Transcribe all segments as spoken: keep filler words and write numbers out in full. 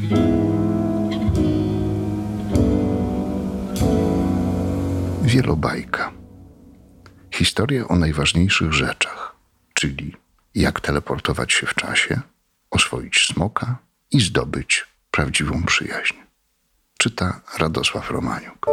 Wielobajka. Historia o najważniejszych rzeczach, czyli jak teleportować się w czasie, oswoić smoka i zdobyć prawdziwą przyjaźń. Czyta Radosław Romaniuk.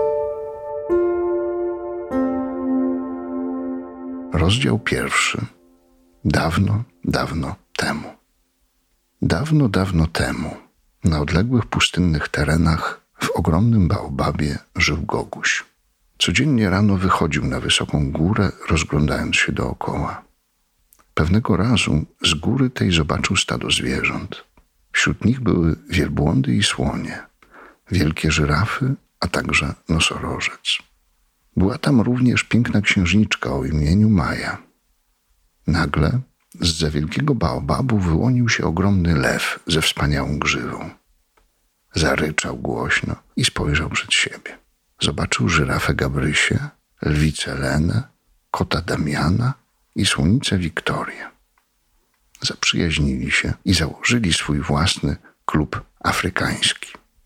Rozdział pierwszy. Dawno, dawno temu. Dawno, dawno temu na odległych pustynnych terenach w ogromnym baobabie żył Goguś. Codziennie rano wychodził na wysoką górę, rozglądając się dookoła. Pewnego razu z góry tej zobaczył stado zwierząt. Wśród nich były wielbłądy i słonie, wielkie żyrafy, a także nosorożec. Była tam również piękna księżniczka o imieniu Maja. Nagle zza wielkiego baobabu wyłonił się ogromny lew ze wspaniałą grzywą. Zaryczał głośno i spojrzał przed siebie. Zobaczył żyrafę Gabrysię, lwicę Lenę, kota Damiana i słonicę Wiktorię. Zaprzyjaźnili się i założyli swój własny klub afrykański.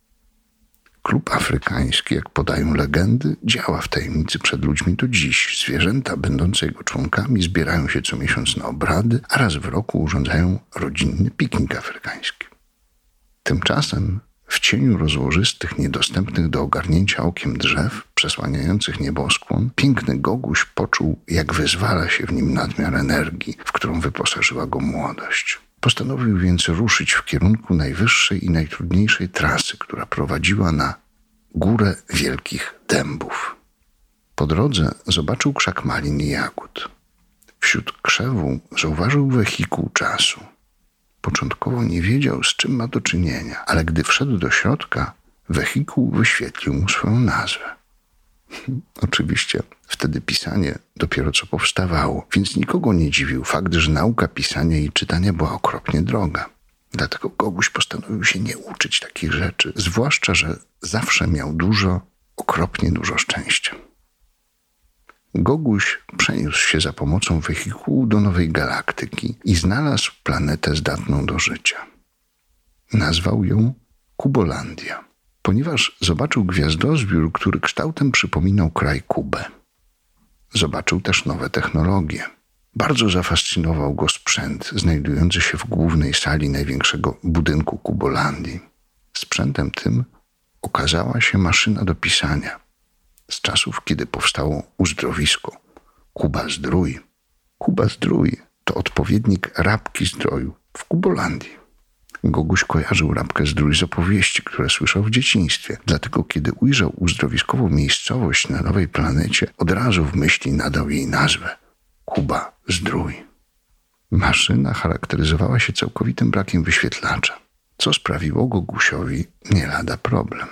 Klub afrykański, jak podają legendy, działa w tajemnicy przed ludźmi do dziś. Zwierzęta będące jego członkami zbierają się co miesiąc na obrady, a raz w roku urządzają rodzinny piknik afrykański. Tymczasem w cieniu rozłożystych, niedostępnych do ogarnięcia okiem drzew, przesłaniających nieboskłon, piękny Goguś poczuł, jak wyzwala się w nim nadmiar energii, w którą wyposażyła go młodość. Postanowił więc ruszyć w kierunku najwyższej i najtrudniejszej trasy, która prowadziła na Górę Wielkich Dębów. Po drodze zobaczył krzak malin i jagód. Wśród krzewu zauważył wehikuł czasu. Początkowo nie wiedział, z czym ma do czynienia, ale gdy wszedł do środka, wehikuł wyświetlił mu swoją nazwę. Oczywiście wtedy pisanie dopiero co powstawało, więc nikogo nie dziwił fakt, że nauka pisania i czytania była okropnie droga. Dlatego Goguś postanowił się nie uczyć takich rzeczy, zwłaszcza, że zawsze miał dużo, okropnie dużo szczęścia. Goguś przeniósł się za pomocą wehikułu do nowej galaktyki i znalazł planetę zdatną do życia. Nazwał ją Kubolandia, ponieważ zobaczył gwiazdozbiór, który kształtem przypominał kraj Kubę. Zobaczył też nowe technologie. Bardzo zafascynował go sprzęt znajdujący się w głównej sali największego budynku Kubolandii. Sprzętem tym okazała się maszyna do pisania. Z czasów, kiedy powstało uzdrowisko Kuba-Zdrój. Kuba-Zdrój to odpowiednik Rabki Zdroju w Kubolandii. Goguś kojarzył Rabkę Zdrój z opowieści, które słyszał w dzieciństwie. Dlatego, kiedy ujrzał uzdrowiskową miejscowość na nowej planecie, od razu w myśli nadał jej nazwę Kuba-Zdrój. Maszyna charakteryzowała się całkowitym brakiem wyświetlacza, co sprawiło Gogusiowi nie lada problem.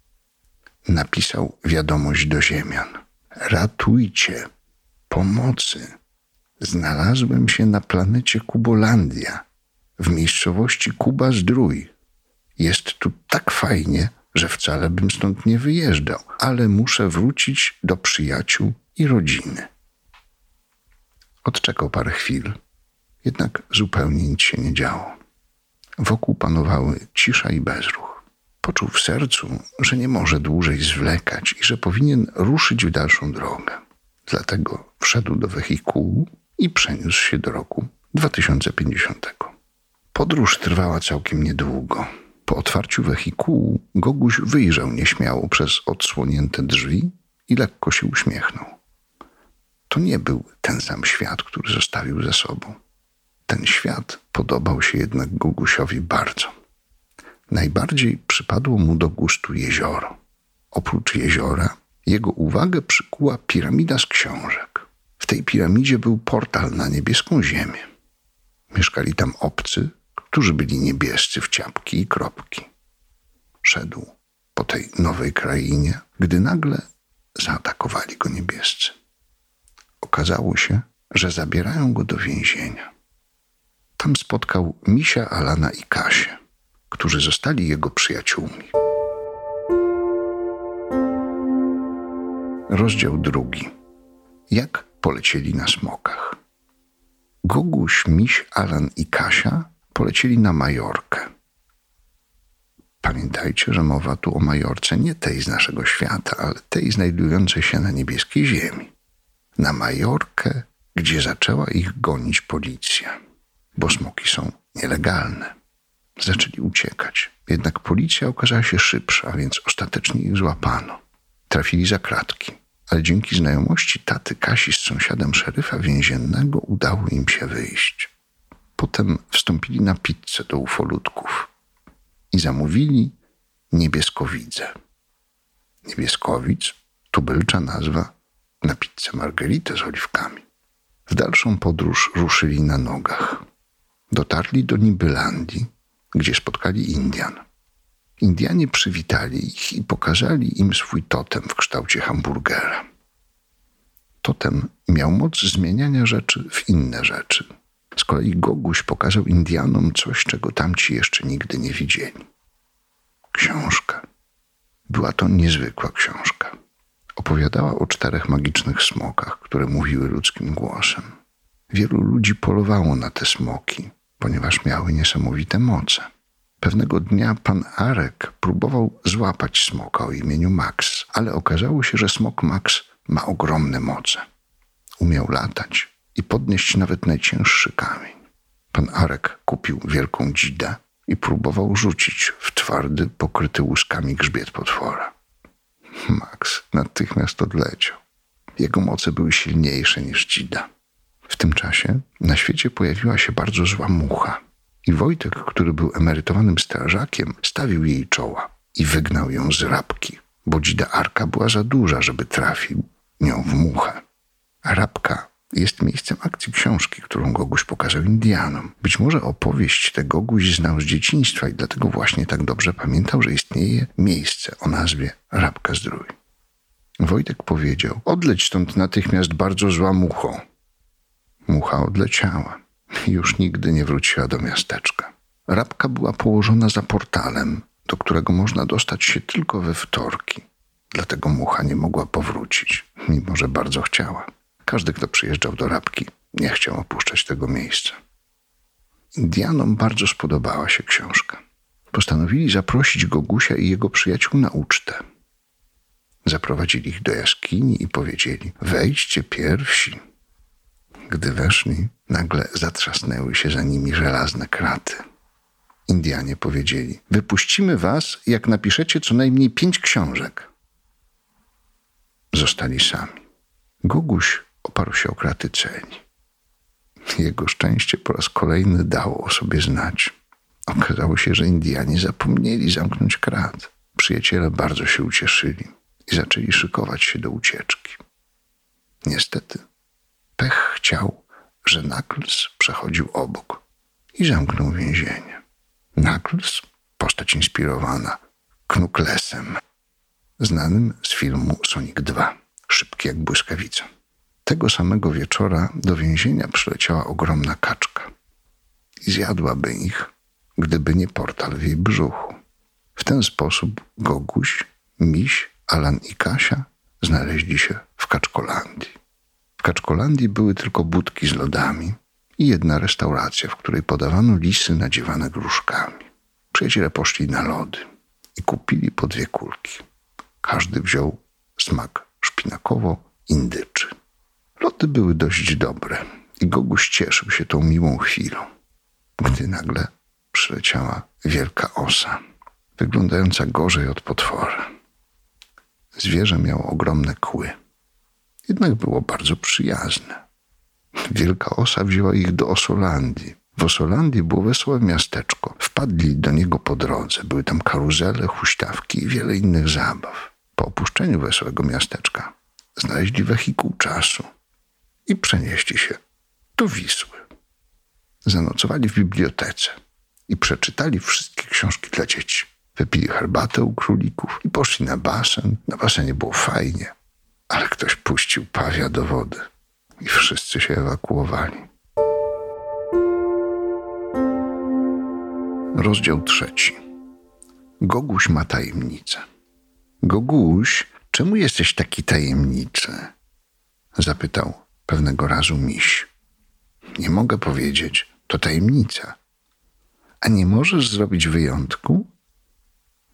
Napisał wiadomość do ziemian. Ratujcie, pomocy. Znalazłem się na planecie Kubolandia, w miejscowości Kuba-Zdrój. Jest tu tak fajnie, że wcale bym stąd nie wyjeżdżał, ale muszę wrócić do przyjaciół i rodziny. Odczekał parę chwil, jednak zupełnie nic się nie działo. Wokół panowały cisza i bezruch. Poczuł w sercu, że nie może dłużej zwlekać i że powinien ruszyć w dalszą drogę. Dlatego wszedł do wehikułu i przeniósł się do roku dwa tysiące pięćdziesiątego. Podróż trwała całkiem niedługo. Po otwarciu wehikułu Goguś wyjrzał nieśmiało przez odsłonięte drzwi i lekko się uśmiechnął. To nie był ten sam świat, który zostawił za sobą. Ten świat podobał się jednak Gogusiowi bardzo. Najbardziej przypadło mu do gustu jezioro. Oprócz jeziora jego uwagę przykuła piramida z książek. W tej piramidzie był portal na niebieską ziemię. Mieszkali tam obcy, którzy byli niebiescy w ciapki i kropki. Szedł po tej nowej krainie, gdy nagle zaatakowali go niebiescy. Okazało się, że zabierają go do więzienia. Tam spotkał Misia, Alana i Kasię, którzy zostali jego przyjaciółmi. Rozdział drugi. Jak polecieli na smokach. Goguś, Miś, Alan i Kasia polecieli na Majorkę. Pamiętajcie, że mowa tu o Majorce nie tej z naszego świata, ale tej znajdującej się na niebieskiej ziemi. Na Majorkę, gdzie zaczęła ich gonić policja, bo smoki są nielegalne. Zaczęli uciekać, jednak policja okazała się szybsza, więc ostatecznie ich złapano. Trafili za kratki, ale dzięki znajomości taty Kasi z sąsiadem szeryfa więziennego udało im się wyjść. Potem wstąpili na pizzę do ufolutków i zamówili niebieskowidze. Niebieskowic, tubylcza nazwa na pizzę margheritę z oliwkami. W dalszą podróż ruszyli na nogach. Dotarli do Nibylandii, gdzie spotkali Indian. Indianie przywitali ich i pokazali im swój totem w kształcie hamburgera. Totem miał moc zmieniania rzeczy w inne rzeczy. Z kolei Goguś pokazał Indianom coś, czego tamci jeszcze nigdy nie widzieli. Książka. Była to niezwykła książka. Opowiadała o czterech magicznych smokach, które mówiły ludzkim głosem. Wielu ludzi polowało na te smoki, ponieważ miały niesamowite moce. Pewnego dnia pan Arek próbował złapać smoka o imieniu Max, ale okazało się, że smok Max ma ogromne moce. Umiał latać i podnieść nawet najcięższy kamień. Pan Arek kupił wielką dzidę i próbował rzucić w twardy, pokryty łuskami grzbiet potwora. Max natychmiast odleciał. Jego moce były silniejsze niż dzida. W tym czasie na świecie pojawiła się bardzo zła mucha i Wojtek, który był emerytowanym strażakiem, stawił jej czoła i wygnał ją z rabki, bo dzida Arka była za duża, żeby trafił nią w muchę. A rabka jest miejscem akcji książki, którą Goguś pokazał Indianom. Być może opowieść tę Goguś znał z dzieciństwa i dlatego właśnie tak dobrze pamiętał, że istnieje miejsce o nazwie Rabka Zdrój. Wojtek powiedział: odleć stąd natychmiast, bardzo zła mucho. Mucha odleciała i już nigdy nie wróciła do miasteczka. Rabka była położona za portalem, do którego można dostać się tylko we wtorki. Dlatego mucha nie mogła powrócić, mimo że bardzo chciała. Każdy, kto przyjeżdżał do Rabki, nie chciał opuszczać tego miejsca. Indianom bardzo spodobała się książka. Postanowili zaprosić Gogusia i jego przyjaciół na ucztę. Zaprowadzili ich do jaskini i powiedzieli: wejdźcie pierwsi. Gdy weszli, nagle zatrzasnęły się za nimi żelazne kraty. Indianie powiedzieli: wypuścimy was, jak napiszecie co najmniej pięć książek. Zostali sami. Goguś oparł się o kraty celi. Jego szczęście po raz kolejny dało o sobie znać. Okazało się, że Indianie zapomnieli zamknąć krat. Przyjaciele bardzo się ucieszyli i zaczęli szykować się do ucieczki. Niestety, pech chciał, że Knuckles przechodził obok i zamknął więzienie. Knuckles, postać inspirowana Knucklesem, znanym z filmu Sonic dwa, szybki jak błyskawica. Tego samego wieczora do więzienia przyleciała ogromna kaczka i zjadłaby ich, gdyby nie portal w jej brzuchu. W ten sposób Goguś, Miś, Alan i Kasia znaleźli się w Kaczkolandii. W Kaczkolandii były tylko budki z lodami i jedna restauracja, w której podawano lisy nadziewane gruszkami. Przyjaciele poszli na lody i kupili po dwie kulki. Każdy wziął smak szpinakowo-indyczy. Lody były dość dobre i Goguś cieszył się tą miłą chwilą, gdy nagle przyleciała wielka osa, wyglądająca gorzej od potwora. Zwierzę miało ogromne kły, jednak było bardzo przyjazne. Wielka osa wzięła ich do Osolandii. W Osolandii było wesołe miasteczko. Wpadli do niego po drodze. Były tam karuzele, huśtawki i wiele innych zabaw. Po opuszczeniu wesołego miasteczka znaleźli wehikuł czasu i przenieśli się do Wisły. Zanocowali w bibliotece i przeczytali wszystkie książki dla dzieci. Wypili herbatę u królików i poszli na basen. Na basenie było fajnie, ale ktoś puścił pawia do wody i wszyscy się ewakuowali. Rozdział trzeci. Goguś ma tajemnicę. Goguś, czemu jesteś taki tajemniczy? Zapytał pewnego razu Miś. Nie mogę powiedzieć, to tajemnica. A nie możesz zrobić wyjątku?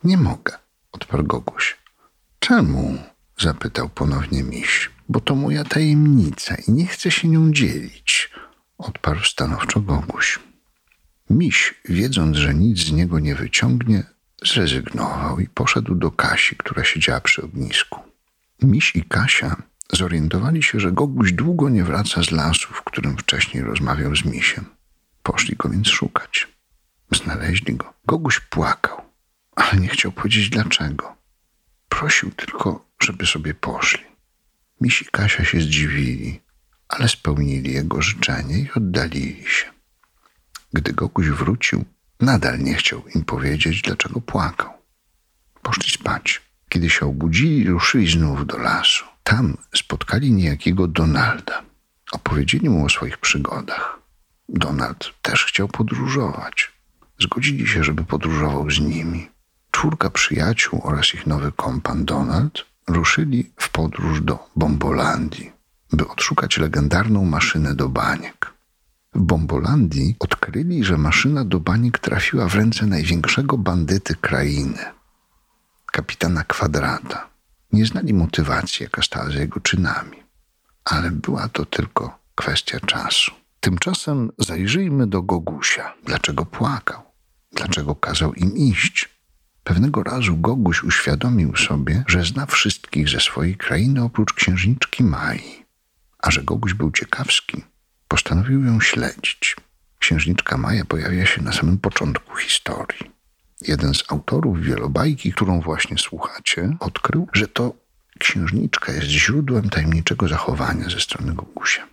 Nie mogę, odparł Goguś. Czemu? Zapytał ponownie miś. Bo to moja tajemnica i nie chcę się nią dzielić, odparł stanowczo Goguś. Miś, wiedząc, że nic z niego nie wyciągnie, zrezygnował i poszedł do Kasi, która siedziała przy ognisku. Miś i Kasia zorientowali się, że Goguś długo nie wraca z lasu, w którym wcześniej rozmawiał z misiem. Poszli go więc szukać. Znaleźli go. Goguś płakał, ale nie chciał powiedzieć dlaczego. Prosił tylko, żeby sobie poszli. Miś i Kasia się zdziwili, ale spełnili jego życzenie i oddalili się. Gdy Goguś wrócił, nadal nie chciał im powiedzieć, dlaczego płakał. Poszli spać. Kiedy się obudzili, ruszyli znów do lasu. Tam spotkali niejakiego Donalda. Opowiedzieli mu o swoich przygodach. Donald też chciał podróżować. Zgodzili się, żeby podróżował z nimi. Czwórka przyjaciół oraz ich nowy kompan Donald ruszyli w podróż do Bombolandii, by odszukać legendarną maszynę do baniek. W Bombolandii odkryli, że maszyna do baniek trafiła w ręce największego bandyty krainy, kapitana Kwadrata. Nie znali motywacji, jaka stała za jego czynami, ale była to tylko kwestia czasu. Tymczasem zajrzyjmy do Gogusia. Dlaczego płakał? Dlaczego kazał im iść? Pewnego razu Goguś uświadomił sobie, że zna wszystkich ze swojej krainy oprócz księżniczki Mai. A że Goguś był ciekawski, postanowił ją śledzić. Księżniczka Maja pojawia się na samym początku historii. Jeden z autorów wielobajki, którą właśnie słuchacie, odkrył, że to księżniczka jest źródłem tajemniczego zachowania ze strony Gogusia.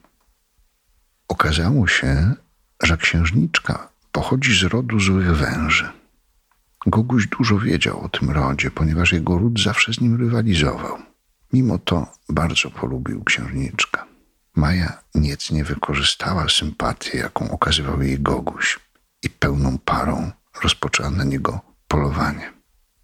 Okazało się, że księżniczka pochodzi z rodu złych węży. Goguś dużo wiedział o tym rodzie, ponieważ jego ród zawsze z nim rywalizował. Mimo to bardzo polubił księżniczkę. Maja niecnie wykorzystała sympatię, jaką okazywał jej Goguś i pełną parą rozpoczęła na niego polowanie.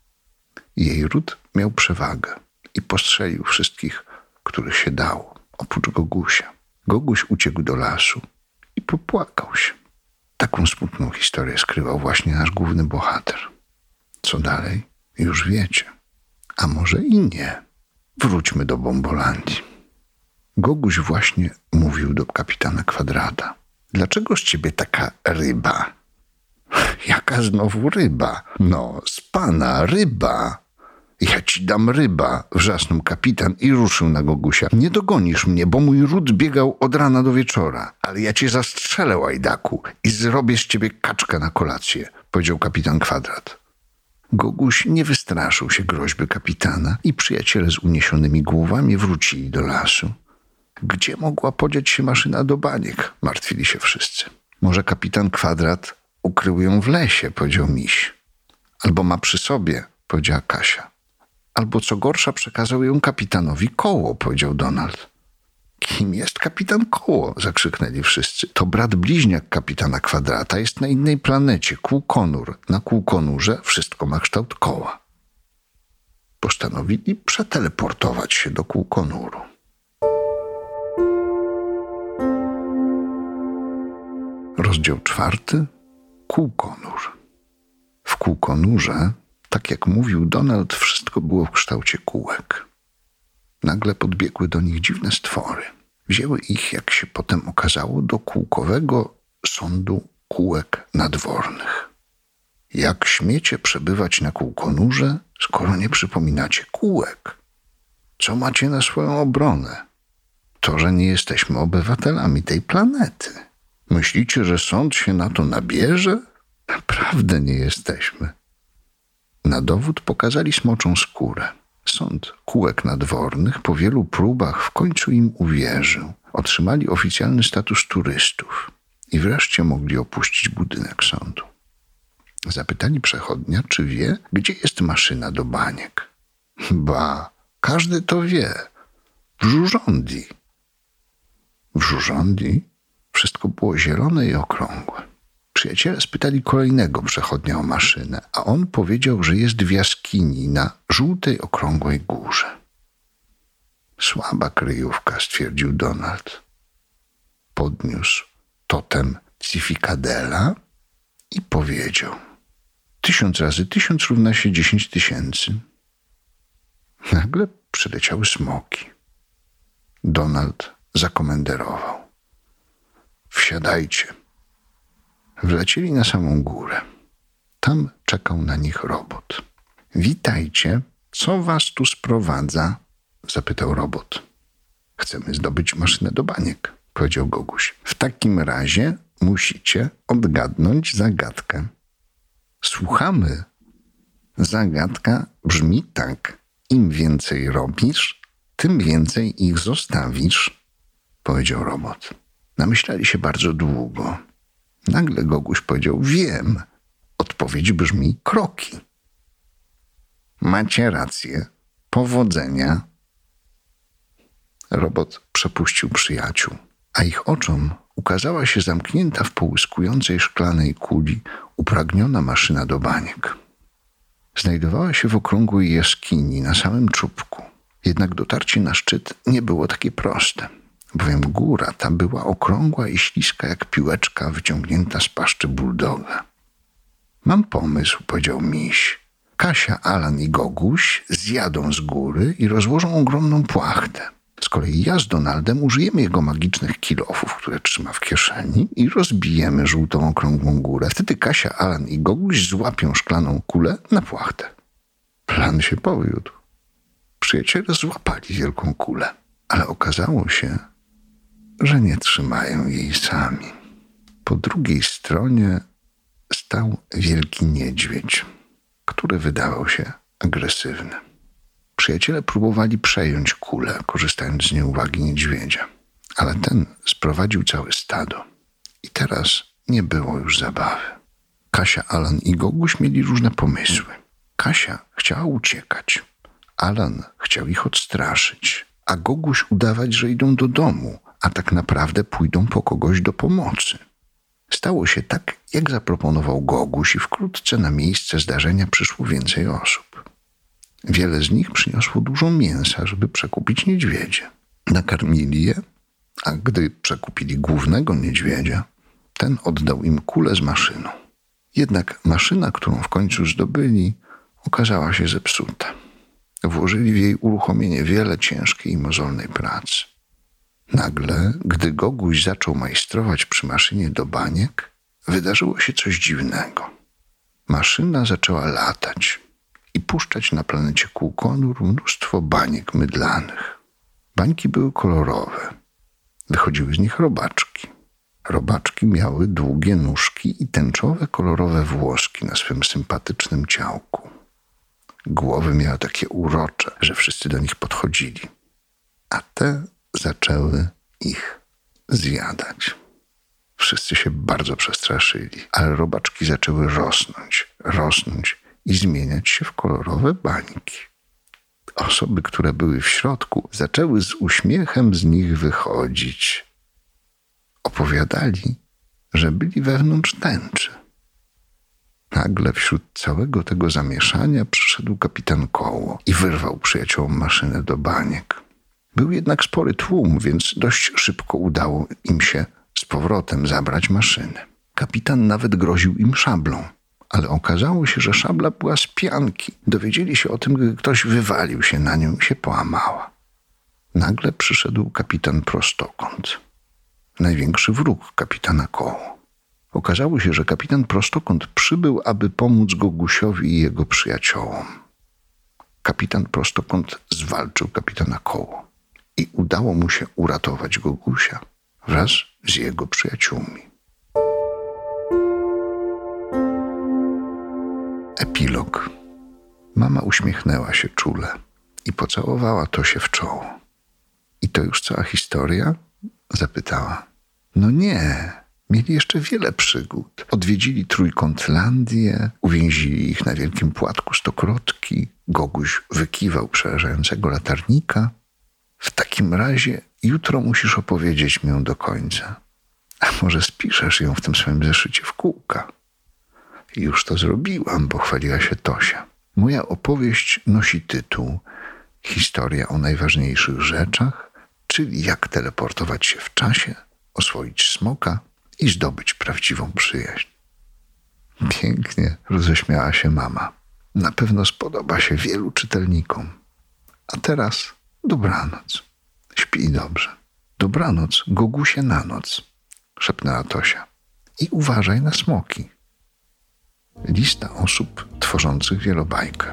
Jej ród miał przewagę i postrzelił wszystkich, których się dało, oprócz Gogusia. Goguś uciekł do lasu i popłakał się. Taką smutną historię skrywał właśnie nasz główny bohater. Co dalej? Już wiecie. A może i nie. Wróćmy do Bombolandii. Goguś właśnie mówił do kapitana Kwadrata. Dlaczego z ciebie taka ryba? Jaka znowu ryba? No, z pana ryba. Ja ci dam ryba, wrzasnął kapitan i ruszył na Gogusia. Nie dogonisz mnie, bo mój ród biegał od rana do wieczora. Ale ja cię zastrzelę, łajdaku, i zrobię z ciebie kaczkę na kolację, powiedział kapitan Kwadrat. Goguś nie wystraszył się groźby kapitana i przyjaciele z uniesionymi głowami wrócili do lasu. Gdzie mogła podziać się maszyna do baniek? Martwili się wszyscy. Może kapitan Kwadrat ukrył ją w lesie, powiedział miś. Albo ma przy sobie, powiedziała Kasia. Albo co gorsza przekazał ją kapitanowi Koło, powiedział Donald. Kim jest kapitan Koło? Zakrzyknęli wszyscy. To brat bliźniak kapitana Kwadrata, jest na innej planecie, Kółkonur. Na Kółkonurze wszystko ma kształt koła. Postanowili przeteleportować się do Kółkonuru. Rozdział czwarty. Kółkonur. W Kółkonurze, tak jak mówił Donald, wszystko było w kształcie kółek. Nagle podbiegły do nich dziwne stwory. Wzięły ich, jak się potem okazało, do kółkowego sądu kółek nadwornych. Jak śmiecie przebywać na Kółkonurze, skoro nie przypominacie kółek? Co macie na swoją obronę? To, że nie jesteśmy obywatelami tej planety. Myślicie, że sąd się na to nabierze? Naprawdę nie jesteśmy. Na dowód pokazali smoczą skórę. Sąd kółek nadwornych po wielu próbach w końcu im uwierzył. Otrzymali oficjalny status turystów i wreszcie mogli opuścić budynek sądu. Zapytali przechodnia, czy wie, gdzie jest maszyna do baniek. Ba, każdy to wie. W Żurządii. W Żurządii wszystko było zielone i okrągłe. Przyjaciele spytali kolejnego przechodnia o maszynę, a on powiedział, że jest w jaskini na żółtej, okrągłej górze. Słaba kryjówka, stwierdził Donald. Podniósł totem Cificadela i powiedział: Tysiąc razy tysiąc równa się dziesięć tysięcy. Nagle przyleciały smoki. Donald zakomenderował: wsiadajcie. Wlecieli na samą górę. Tam czekał na nich robot. Witajcie, co was tu sprowadza? Zapytał robot. Chcemy zdobyć maszynę do baniek, powiedział Goguś. W takim razie musicie odgadnąć zagadkę. Słuchamy. Zagadka brzmi tak. Im więcej robisz, tym więcej ich zostawisz, powiedział robot. Namyślali się bardzo długo. Nagle Goguś powiedział: wiem. Odpowiedź brzmi kroki. Macie rację. Powodzenia. Robot przepuścił przyjaciół, a ich oczom ukazała się zamknięta w połyskującej szklanej kuli upragniona maszyna do baniek. Znajdowała się w okrągłej jaskini na samym czubku. Jednak dotarcie na szczyt nie było takie proste, bowiem góra ta była okrągła i śliska jak piłeczka wyciągnięta z paszczy buldoga. Mam pomysł, powiedział miś. Kasia, Alan i Goguś zjadą z góry i rozłożą ogromną płachtę. Z kolei ja z Donaldem użyjemy jego magicznych kilofów, które trzyma w kieszeni, i rozbijemy żółtą okrągłą górę. Wtedy Kasia, Alan i Goguś złapią szklaną kulę na płachtę. Plan się powiódł. Przyjaciele złapali wielką kulę, ale okazało się, że nie trzymają jej sami. Po drugiej stronie stał wielki niedźwiedź, który wydawał się agresywny. Przyjaciele próbowali przejąć kulę, korzystając z nieuwagi niedźwiedzia, ale ten sprowadził całe stado i teraz nie było już zabawy. Kasia, Alan i Goguś mieli różne pomysły. Kasia chciała uciekać, Alan chciał ich odstraszyć, a Goguś udawać, że idą do domu, a tak naprawdę pójdą po kogoś do pomocy. Stało się tak, jak zaproponował Goguś, i wkrótce na miejsce zdarzenia przyszło więcej osób. Wiele z nich przyniosło dużo mięsa, żeby przekupić niedźwiedzie. Nakarmili je, a gdy przekupili głównego niedźwiedzia, ten oddał im kulę z maszyną. Jednak maszyna, którą w końcu zdobyli, okazała się zepsuta. Włożyli w jej uruchomienie wiele ciężkiej i mozolnej pracy. Nagle, gdy Goguś zaczął majstrować przy maszynie do baniek, wydarzyło się coś dziwnego. Maszyna zaczęła latać i puszczać na planecie Kółkonur mnóstwo baniek mydlanych. Bańki były kolorowe. Wychodziły z nich robaczki. Robaczki miały długie nóżki i tęczowe, kolorowe włoski na swym sympatycznym ciałku. Głowy miały takie urocze, że wszyscy do nich podchodzili, a te zaczęły ich zjadać. Wszyscy się bardzo przestraszyli, ale robaczki zaczęły rosnąć, rosnąć i zmieniać się w kolorowe bańki. Osoby, które były w środku, zaczęły z uśmiechem z nich wychodzić. Opowiadali, że byli wewnątrz tęczy. Nagle wśród całego tego zamieszania przyszedł kapitan Koło i wyrwał przyjaciołom maszynę do baniek. Był jednak spory tłum, więc dość szybko udało im się z powrotem zabrać maszynę. Kapitan nawet groził im szablą, ale okazało się, że szabla była z pianki. Dowiedzieli się o tym, gdy ktoś wywalił się na nią i się połamała. Nagle przyszedł kapitan Prostokąt, największy wróg kapitana Koło. Okazało się, że kapitan Prostokąt przybył, aby pomóc Gogusiowi i jego przyjaciołom. Kapitan Prostokąt zwalczył kapitana Koło i udało mu się uratować Gogusia wraz z jego przyjaciółmi. Epilog. Mama uśmiechnęła się czule i pocałowała Tosię w czoło. I to już cała historia? Zapytała. No nie, mieli jeszcze wiele przygód. Odwiedzili Trójkątlandię, uwięzili ich na wielkim płatku Stokrotki, Goguś wykiwał przerażającego latarnika. W takim razie jutro musisz opowiedzieć mi ją do końca. A może spiszesz ją w tym swoim zeszycie w kółka? Już to zrobiłam, pochwaliła się Tosia. Moja opowieść nosi tytuł Historia o najważniejszych rzeczach, czyli jak teleportować się w czasie, oswoić smoka i zdobyć prawdziwą przyjaźń. Pięknie roześmiała się mama. Na pewno spodoba się wielu czytelnikom. A teraz dobranoc. Śpij dobrze. Dobranoc, Gogusie, na noc, szepnęła Tosia. I uważaj na smoki. Lista osób tworzących wielobajkę.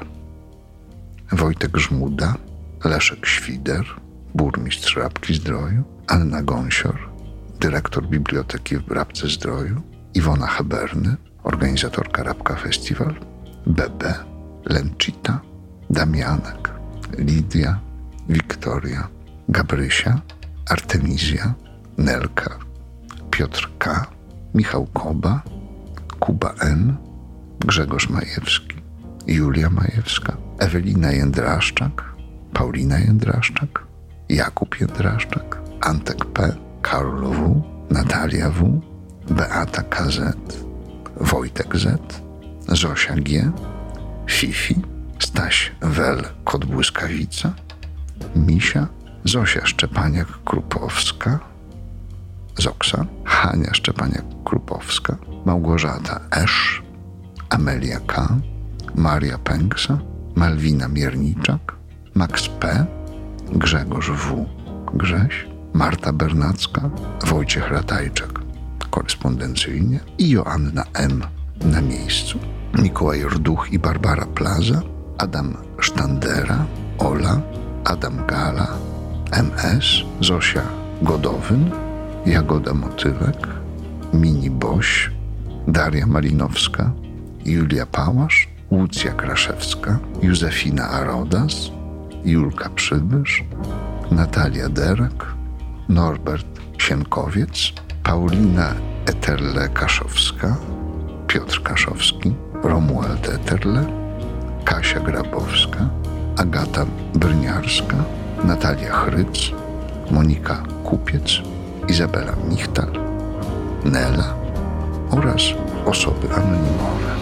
Wojtek Żmuda, Leszek Świder, burmistrz Rabki-Zdroju, Anna Gąsior, dyrektor biblioteki w Brabce-Zdroju, Iwona Heberny, organizatorka Rabka Festival, Bebe, Lencita, Damianek, Lidia, Wiktoria, Gabrysia, Artemizja, Nelka, Piotr K., Michał Koba, Kuba N., Grzegorz Majewski, Julia Majewska, Ewelina Jędraszczak, Paulina Jędraszczak, Jakub Jędraszczak, Antek P., Karol W., Natalia W., Beata K Z, Wojtek Z., Zosia G., Fifi, Staś Wel, Kot Błyskawica, Misia, Zosia Szczepaniak-Krupowska, Zoksa, Hania Szczepaniak-Krupowska, Małgorzata Esz, Amelia K., Maria Pęksa, Malwina Mierniczak, Max P., Grzegorz W., Grześ, Marta Bernacka, Wojciech Ratajczak korespondencyjnie i Joanna M. na miejscu, Mikołaj Rduch i Barbara Plaza, Adam Sztandera, Ola, Adam Gala, M S, Zosia Godowyn, Jagoda Motylek, Mini Boś, Daria Malinowska, Julia Pałasz, Łucja Kraszewska, Józefina Arodas, Julka Przybysz, Natalia Derek, Norbert Sienkowiec, Paulina Eterle-Kaszowska, Piotr Kaszowski, Romuald Eterle, Kasia Grabowska, Agata Brniarska, Natalia Chryc, Monika Kupiec, Izabela Michtal, Nela oraz osoby anonimowe.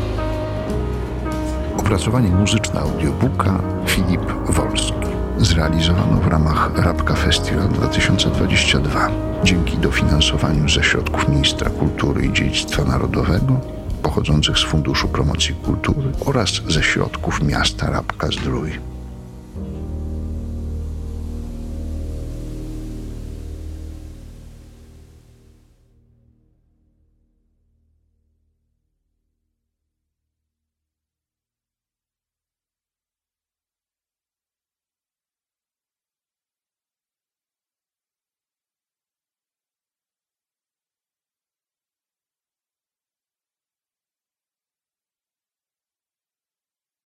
Opracowanie muzyczne audiobooka Filip Wolski. Zrealizowano w ramach Rabka Festival dwa tysiące dwudziesty drugi dzięki dofinansowaniu ze środków Ministra Kultury i Dziedzictwa Narodowego pochodzących z Funduszu Promocji Kultury oraz ze środków miasta Rabka-Zdrój.